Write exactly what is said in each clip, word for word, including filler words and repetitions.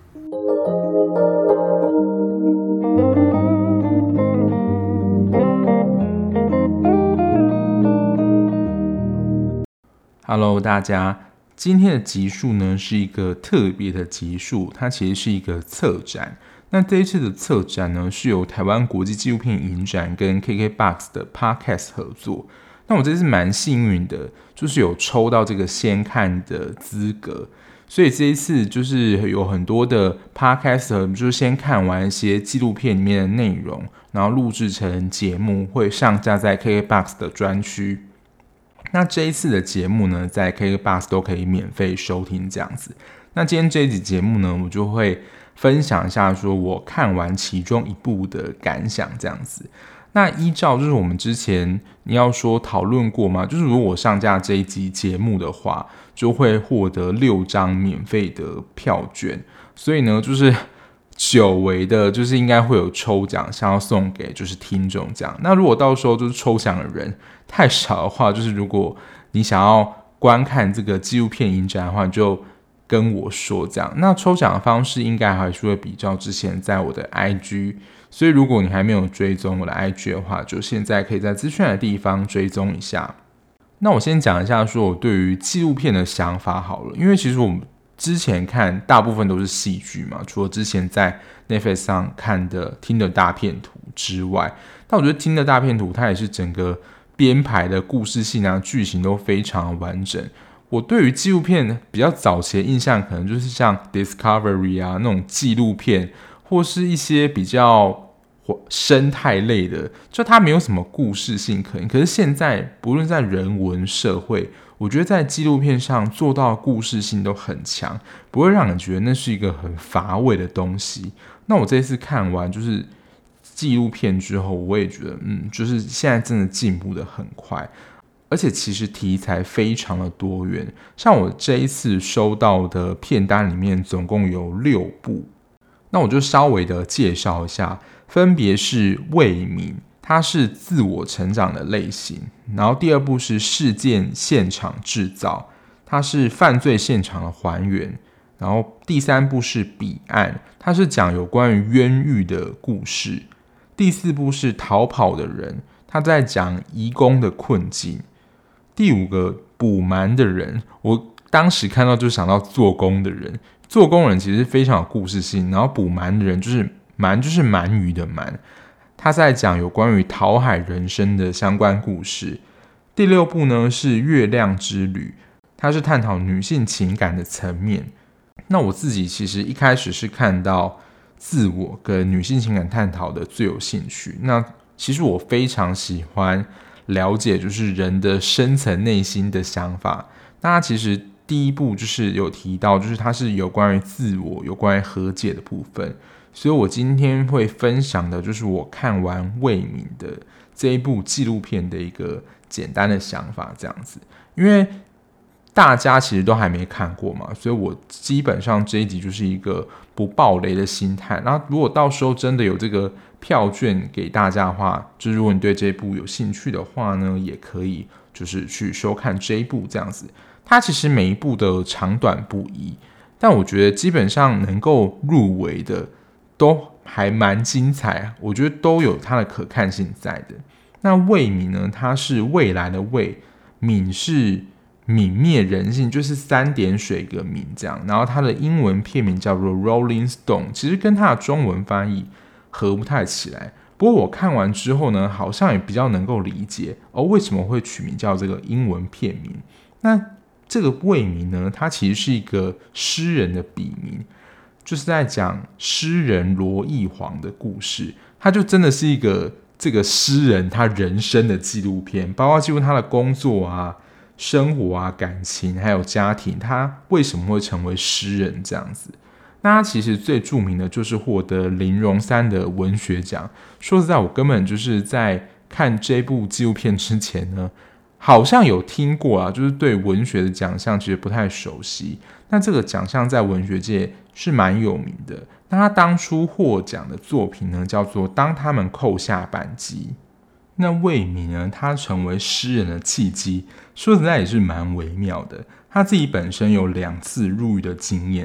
Hello， 大家，今天的集数呢是一个特别的集数，它其实是一个策展。那这一次的策展呢，是由台湾国际纪录片影展跟 K K B O X 的 Podcast 合作。那我这次蛮幸运的，就是有抽到这个先看的资格，所以这一次就是有很多的 Podcast 就是先看完一些纪录片里面的内容，然后录制成节目，会上架在 K K B O X 的专区。那这一次的节目呢，在 K K B O X 都可以免费收听这样子。那今天这一集节目呢，我就会分享一下说我看完其中一部的感想这样子。那依照就是我们之前你要说讨论过嘛，就是如果我上架这一集节目的话，就会获得六张免费的票券。所以呢，就是久违的，就是应该会有抽奖，想要送给就是听众这样。那如果到时候就是抽奖的人太少的话，就是如果你想要观看这个纪录片影展的话，就跟我说这样。那抽奖的方式应该还是会比较之前在我的 I G， 所以如果你还没有追踪我的 I G 的话，就现在可以在资讯的地方追踪一下。那我先讲一下说我对于纪录片的想法好了，因为其实我们之前看大部分都是戏剧嘛，除了之前在 Netflix 上看的听的大片图之外，但我觉得听的大片图它也是整个编排的故事性啊剧情都非常完整。我对于纪录片比较早期的印象可能就是像 Discovery 啊那种纪录片，或是一些比较生态类的，就它没有什么故事性可言。可是现在不论在人文社会，我觉得在纪录片上做到的故事性都很强，不会让人觉得那是一个很乏味的东西。那我这一次看完就是纪录片之后，我也觉得嗯，就是现在真的进步的很快，而且其实题材非常的多元。像我这一次收到的片单里面总共有六部，那我就稍微的介绍一下，分别是未泯，它是自我成长的类型，然后第二部是事件现场制造，它是犯罪现场的还原，然后第三部是彼岸，它是讲有关于冤狱的故事，第四部是逃跑的人，他在讲移工的困境，第五个捕蛮的人，我当时看到就想到做工的人，做工人其实非常有故事性，然后捕蛮的人就是蛮就是鳗鱼的鳗，他在讲有关于讨海人生的相关故事。第六部呢是月亮之旅，它是探讨女性情感的层面。那我自己其实一开始是看到自我跟女性情感探讨的最有兴趣，那其实我非常喜欢了解就是人的深层内心的想法。那它其实第一部就是有提到，就是它是有关于自我有关于和解的部分，所以我今天会分享的就是我看完未泯的这一部纪录片的一个简单的想法这样子。因为大家其实都还没看过嘛，所以我基本上这一集就是一个不爆雷的心态。然后如果到时候真的有这个票券给大家的话，就是如果你对这一部有兴趣的话呢，也可以就是去收看这一部这样子。它其实每一部的长短不一，但我觉得基本上能够入围的都还蛮精彩，我觉得都有它的可看性在的。那未泯呢，它是未来的未，泯是泯灭人性，就是三点水个泯这样。然后它的英文片名叫做 Rolling Stone， 其实跟它的中文翻译合不太起来。不过我看完之后呢，好像也比较能够理解哦，为什么会取名叫这个英文片名。那这个未泯呢，它其实是一个诗人的笔名，就是在讲诗人罗奕煌的故事。他就真的是一个这个诗人他人生的纪录片，包括记录他的工作啊、生活啊、感情还有家庭，他为什么会成为诗人这样子。那他其实最著名的就是获得林荣三的文学奖。说实在，我根本就是在看这部纪录片之前呢，好像有听过啊，就是对文学的奖项其实不太熟悉。那这个奖项在文学界是蛮有名的。那他当初获奖的作品呢，叫做《当他们扣下扳机》。那未泯呢，他成为诗人的契机，说实在也是蛮微妙的。他自己本身有两次入狱的经验，然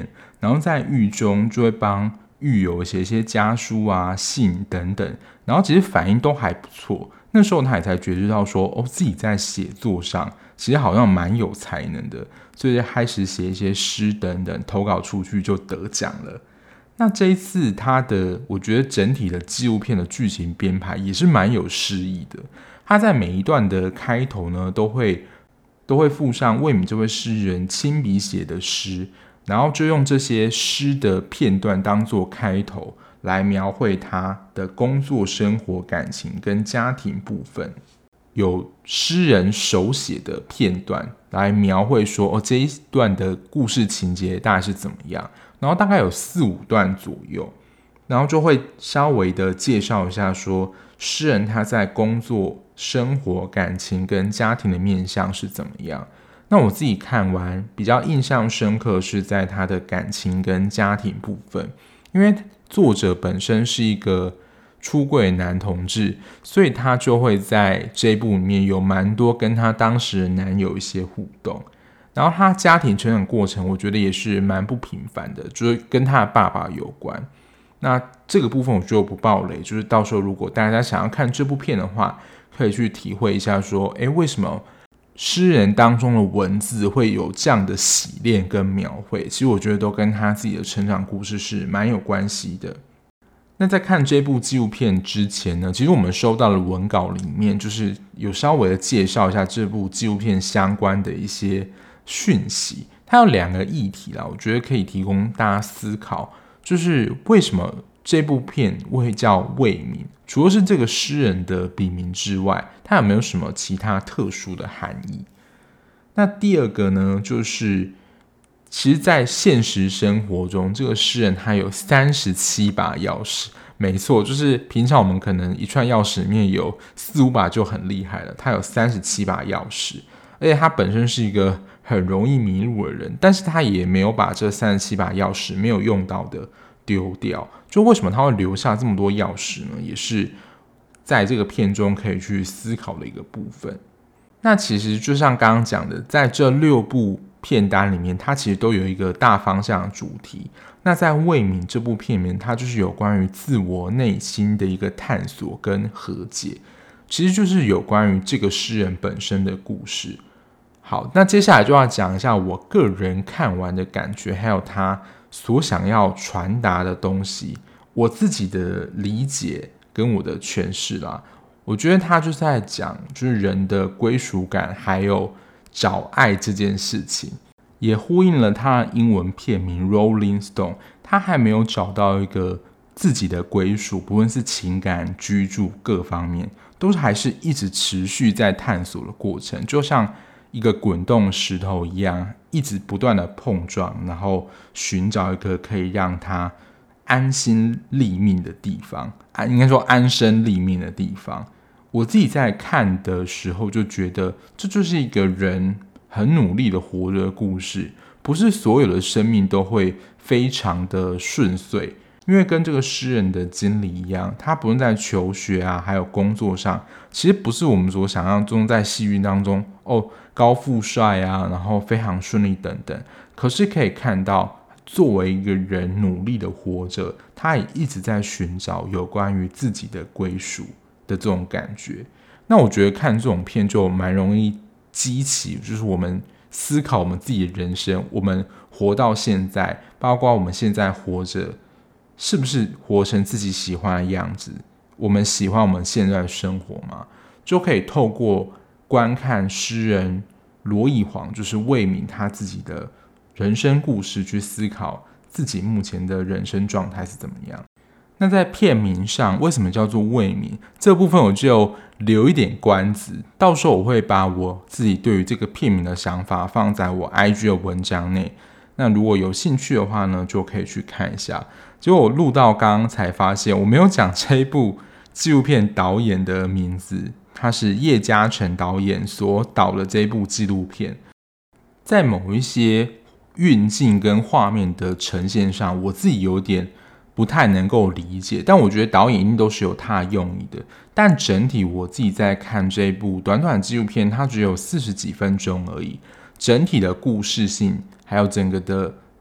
然后在狱中就会帮狱友写一些家书啊、信等等，然后其实反应都还不错。那时候他也才觉知到说，哦，自己在写作上其实好像蛮有才能的，所以就开始写一些诗等等，投稿出去就得奖了。那这一次他的，我觉得整体的纪录片的剧情编排也是蛮有诗意的。他在每一段的开头呢，都会都会附上魏敏这位诗人亲笔写的诗，然后就用这些诗的片段当作开头，来描绘他的工作、生活、感情跟家庭部分。有诗人手写的片段来描绘说，哦，这一段的故事情节大概是怎么样，然后大概有四五段左右，然后就会稍微的介绍一下说，诗人他在工作、生活、感情跟家庭的面向是怎么样。那我自己看完比较印象深刻是在他的感情跟家庭部分，因为作者本身是一个出柜男同志，所以他就会在这一部里面有蛮多跟他当时的男友一些互动。然后他家庭成长过程我觉得也是蛮不平凡的，就是跟他的爸爸有关。那这个部分我就不爆雷，就是到时候如果大家想要看这部片的话，可以去体会一下说，诶，为什么诗人当中的文字会有这样的洗练跟描绘，其实我觉得都跟他自己的成长故事是蛮有关系的。那在看这部纪录片之前呢，其实我们收到的文稿里面就是有稍微的介绍一下这部纪录片相关的一些讯息。它有两个议题啦，我觉得可以提供大家思考，就是为什么这部片会叫魏敏，除了是这个诗人的笔名之外，它有没有什么其他特殊的含义？那第二个呢，就是其实在现实生活中，这个诗人他有三十七把钥匙，没错，就是平常我们可能一串钥匙里面有四五把就很厉害了，他有三十七把钥匙，而且他本身是一个很容易迷路的人，但是他也没有把这三十七把钥匙没有用到的丢掉。就为什么他会留下这么多钥匙呢？也是在这个片中可以去思考的一个部分。那其实就像刚刚讲的，在这六部片单里面，它其实都有一个大方向的主题。那在魏敏这部片里面，它就是有关于自我内心的一个探索跟和解，其实就是有关于这个诗人本身的故事。好，那接下来就要讲一下我个人看完的感觉，还有他所想要传达的东西，我自己的理解跟我的诠释啦。我觉得他就是在讲，就是人的归属感，还有找爱这件事情，也呼应了他的英文片名 Rolling Stone。他还没有找到一个自己的归属，不论是情感、居住各方面，都还是一直持续在探索的过程，就像一个滚动石头一样，一直不断的碰撞，然后寻找一个可以让他安心立命的地方，应该说安身立命的地方。我自己在看的时候就觉得，这就是一个人很努力的活着的故事。不是所有的生命都会非常的顺遂，因为跟这个诗人的经历一样，他不论在求学啊，还有工作上，其实不是我们所想象中在戏剧当中哦高富帅啊，然后非常顺利等等。可是可以看到，作为一个人努力的活着，他也一直在寻找有关于自己的归属的这种感觉。那我觉得看这种片就蛮容易激起，就是我们思考我们自己的人生，我们活到现在，包括我们现在活着，是不是活成自己喜欢的样子？我们喜欢我们现在的生活吗？就可以透过观看诗人罗以煌，就是魏敏他自己的人生故事，去思考自己目前的人生状态是怎么样。那在片名上为什么叫做魏敏，这部分我就留一点关子，到时候我会把我自己对于这个片名的想法放在我 I G 的文章内，那如果有兴趣的话呢，就可以去看一下。结果我录到刚刚才发现，我没有讲这一部纪录片导演的名字，他是叶嘉诚导演所导的这一部纪录片。在某一些运镜跟画面的呈现上，我自己有点不太能够理解，但我觉得导演一定都是有他的用意的。但整体我自己在看这一部短短的纪录片，它只有四十几分钟而已，整体的故事性还有整个的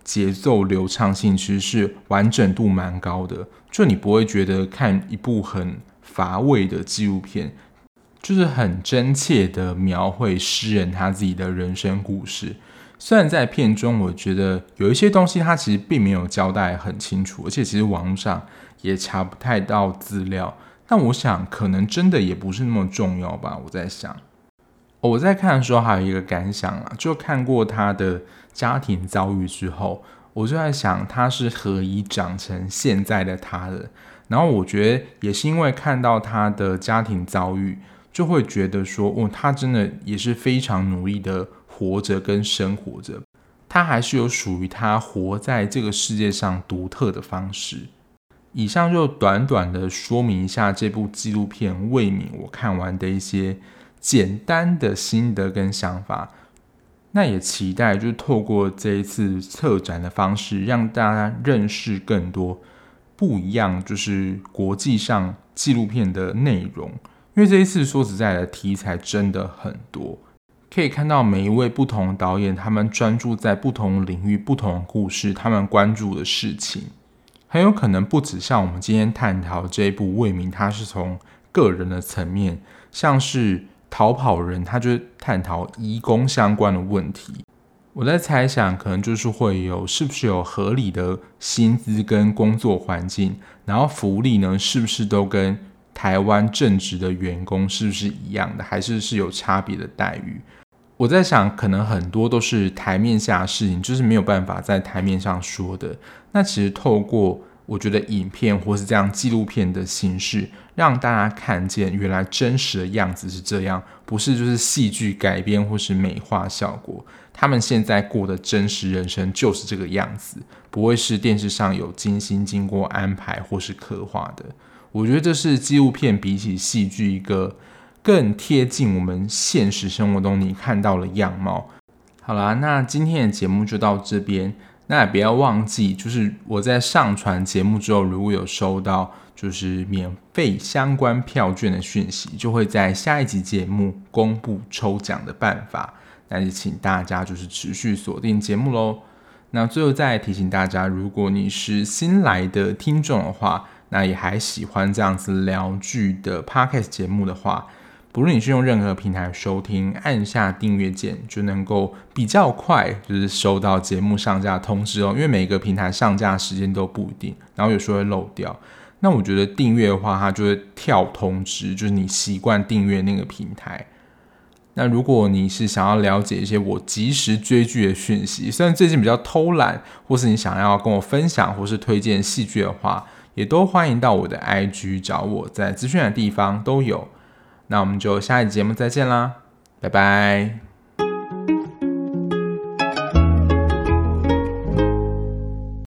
节奏流畅性其实是完整度蛮高的，就你不会觉得看一部很乏味的纪录片，就是很真切的描绘诗人他自己的人生故事。虽然在片中我觉得有一些东西他其实并没有交代很清楚，而且其实网络上也查不太到资料，但我想可能真的也不是那么重要吧。我在想我在看的时候还有一个感想啦，就看过他的家庭遭遇之后，我就在想他是何以长成现在的他的。然后我觉得也是因为看到他的家庭遭遇，就会觉得说，哦，他真的也是非常努力的活着跟生活着，他还是有属于他活在这个世界上独特的方式。以上就短短的说明一下这部纪录片《卫冕》我看完的一些简单的心得跟想法。那也期待就是透过这一次策展的方式，让大家认识更多不一样就是国际上纪录片的内容。因为这一次说实在的题材真的很多，可以看到每一位不同的导演他们专注在不同领域不同的故事，他们关注的事情很有可能不只像我们今天探讨这一部《卫冕》，它是从个人的层面，像是逃跑人他就探讨移工相关的问题。我在猜想可能就是会有是不是有合理的薪资跟工作环境，然后福利呢是不是都跟台湾正职的员工是不是一样的，还是是有差别的待遇。我在想可能很多都是台面下的事情，就是没有办法在台面上说的。那其实透过我觉得影片或是这样纪录片的形式，让大家看见原来真实的样子是这样，不是就是戏剧改编或是美化效果，他们现在过的真实人生就是这个样子，不会是电视上有精心经过安排或是刻画的。我觉得这是纪录片比起戏剧一个更贴近我们现实生活中你看到的样貌。好啦，那今天的节目就到这边。那也不要忘记，就是我在上传节目之后，如果有收到就是免费相关票券的讯息，就会在下一集节目公布抽奖的办法。那也请大家就是持续锁定节目咯。那最后再提醒大家，如果你是新来的听众的话，那也还喜欢这样子聊剧的 Podcast 节目的话，不论你是用任何平台收听，按下订阅键就能够比较快就是收到节目上架通知哦。因为每个平台上架时间都不一定，然后有时候会漏掉。那我觉得订阅的话，它就会跳通知，就是你习惯订阅那个平台。那如果你是想要了解一些我即时追剧的讯息，虽然最近比较偷懒，或是你想要跟我分享或是推荐戏剧的话，也都欢迎到我的 I G 找我，在资讯的地方都有。那我们就下一集节目再见啦，拜拜。